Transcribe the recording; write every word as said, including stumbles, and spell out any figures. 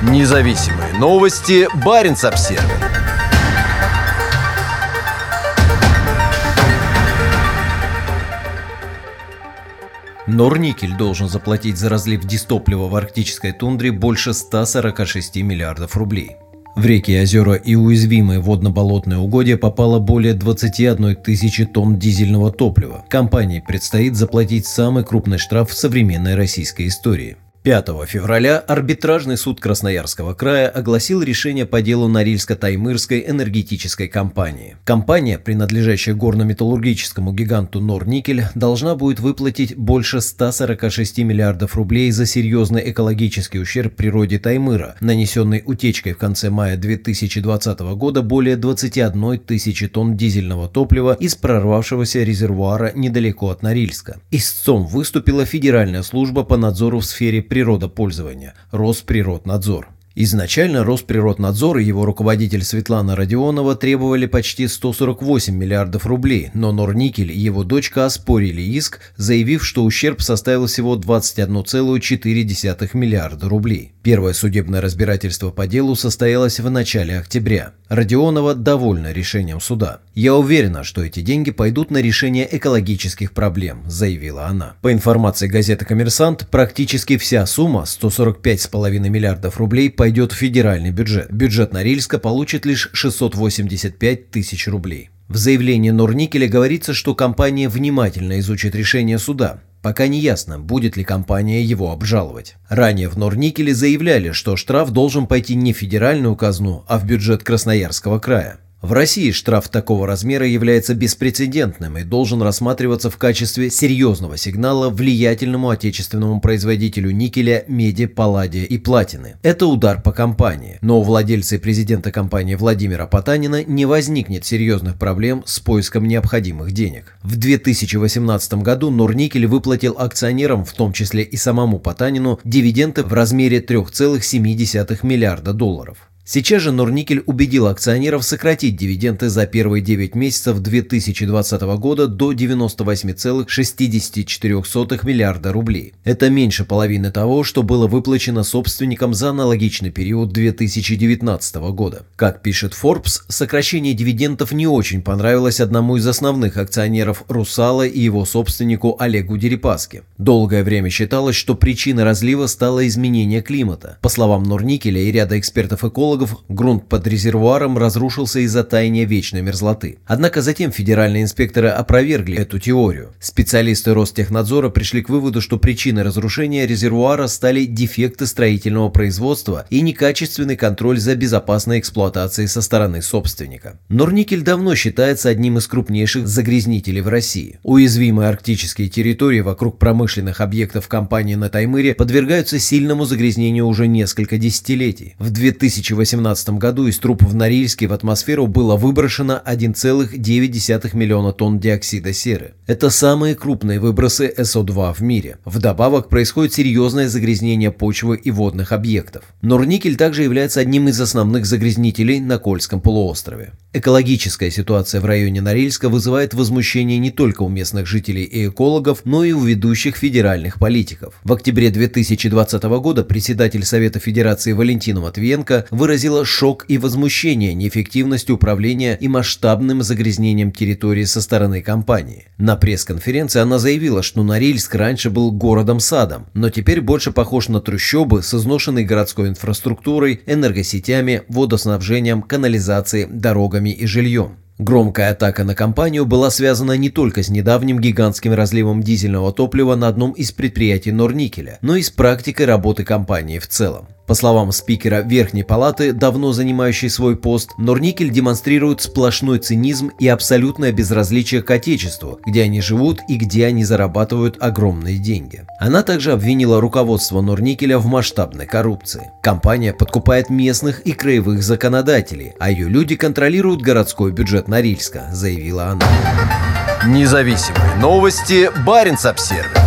Независимые новости. Баренц-Обсервис. Норникель должен заплатить за разлив дистоплива в арктической тундре больше ста сорока шести миллиардов рублей. В реки, озера и уязвимые водно-болотные угодья попало более двадцати одной тысячи тонн дизельного топлива. Компании предстоит заплатить самый крупный штраф в современной российской истории. пятого февраля арбитражный суд Красноярского края огласил решение по делу Норильско-Таймырской энергетической компании. Компания, принадлежащая горно-металлургическому гиганту Норникель, должна будет выплатить больше ста сорока шести миллиардов рублей за серьезный экологический ущерб природе Таймыра, нанесенный утечкой в конце мая две тысячи двадцатого года более двадцати одной тысячи тонн дизельного топлива из прорвавшегося резервуара недалеко от Норильска. Истцом выступила Федеральная служба по надзору в сфере природопользования – Росприроднадзор. Изначально Росприроднадзор и его руководитель Светлана Родионова требовали почти сто сорок восемь миллиардов рублей, но Норникель и его дочка оспорили иск, заявив, что ущерб составил всего двадцать одна целая четыре десятых миллиарда рублей. Первое судебное разбирательство по делу состоялось в начале октября. Родионова довольна решением суда. «Я уверена, что эти деньги пойдут на решение экологических проблем», – заявила она. По информации газеты «Коммерсант», практически вся сумма – сто сорок пять целых пять десятых миллиардов рублей – пойдет в федеральный бюджет. Бюджет Норильска получит лишь шестьсот восемьдесят пять тысяч рублей. В заявлении Норникеля говорится, что компания внимательно изучит решение суда. Пока не ясно, будет ли компания его обжаловать. Ранее в Норникеле заявляли, что штраф должен пойти не в федеральную казну, а в бюджет Красноярского края. В России штраф такого размера является беспрецедентным и должен рассматриваться в качестве серьезного сигнала влиятельному отечественному производителю никеля, меди, палладия и платины. Это удар по компании, но у владельца и президента компании Владимира Потанина не возникнет серьезных проблем с поиском необходимых денег. В две тысячи восемнадцатом году Норникель выплатил акционерам, в том числе и самому Потанину, дивиденды в размере трёх целых семи десятых миллиарда долларов. Сейчас же Норникель убедил акционеров сократить дивиденды за первые девять месяцев две тысячи двадцатого года до девяноста восьми целых шестидесяти четырёх сотых миллиарда рублей. Это меньше половины того, что было выплачено собственникам за аналогичный период две тысячи девятнадцатого года. Как пишет Forbes, сокращение дивидендов не очень понравилось одному из основных акционеров «Русала» и его собственнику Олегу Дерипаске. Долгое время считалось, что причиной разлива стало изменение климата. По словам Норникеля и ряда экспертов-экологов, грунт под резервуаром разрушился из-за таяния вечной мерзлоты. Однако затем федеральные инспекторы опровергли эту теорию. Специалисты Ростехнадзора пришли к выводу, что причиной разрушения резервуара стали дефекты строительного производства и некачественный контроль за безопасной эксплуатацией со стороны собственника. Норникель давно считается одним из крупнейших загрязнителей в России. Уязвимые арктические территории вокруг промышленных объектов компании на Таймыре подвергаются сильному загрязнению уже несколько десятилетий. В две тысячи восемнадцатом году из труб в Норильске в атмосферу было выброшено один целых девять десятых миллиона тонн диоксида серы. Это самые крупные выбросы эс о два в мире. Вдобавок происходит серьезное загрязнение почвы и водных объектов. Норникель также является одним из основных загрязнителей на Кольском полуострове. Экологическая ситуация в районе Норильска вызывает возмущение не только у местных жителей и экологов, но и у ведущих федеральных политиков. В октябре две тысячи двадцатого года председатель Совета Федерации Валентина Матвиенко выразила шок и возмущение неэффективностью управления и масштабным загрязнением территории со стороны компании. На пресс-конференции она заявила, что Норильск раньше был городом-садом, но теперь больше похож на трущобы с изношенной городской инфраструктурой, энергосетями, водоснабжением, канализацией, дорогами и жильем. Громкая атака на компанию была связана не только с недавним гигантским разливом дизельного топлива на одном из предприятий Норникеля, но и с практикой работы компании в целом. По словам спикера Верхней Палаты, давно занимающей свой пост, Норникель демонстрирует сплошной цинизм и абсолютное безразличие к отечеству, где они живут и где они зарабатывают огромные деньги. Она также обвинила руководство Норникеля в масштабной коррупции. Компания подкупает местных и краевых законодателей, а ее люди контролируют городской бюджет Норильска, заявила она. Независимые новости. Баренц-Обсервис.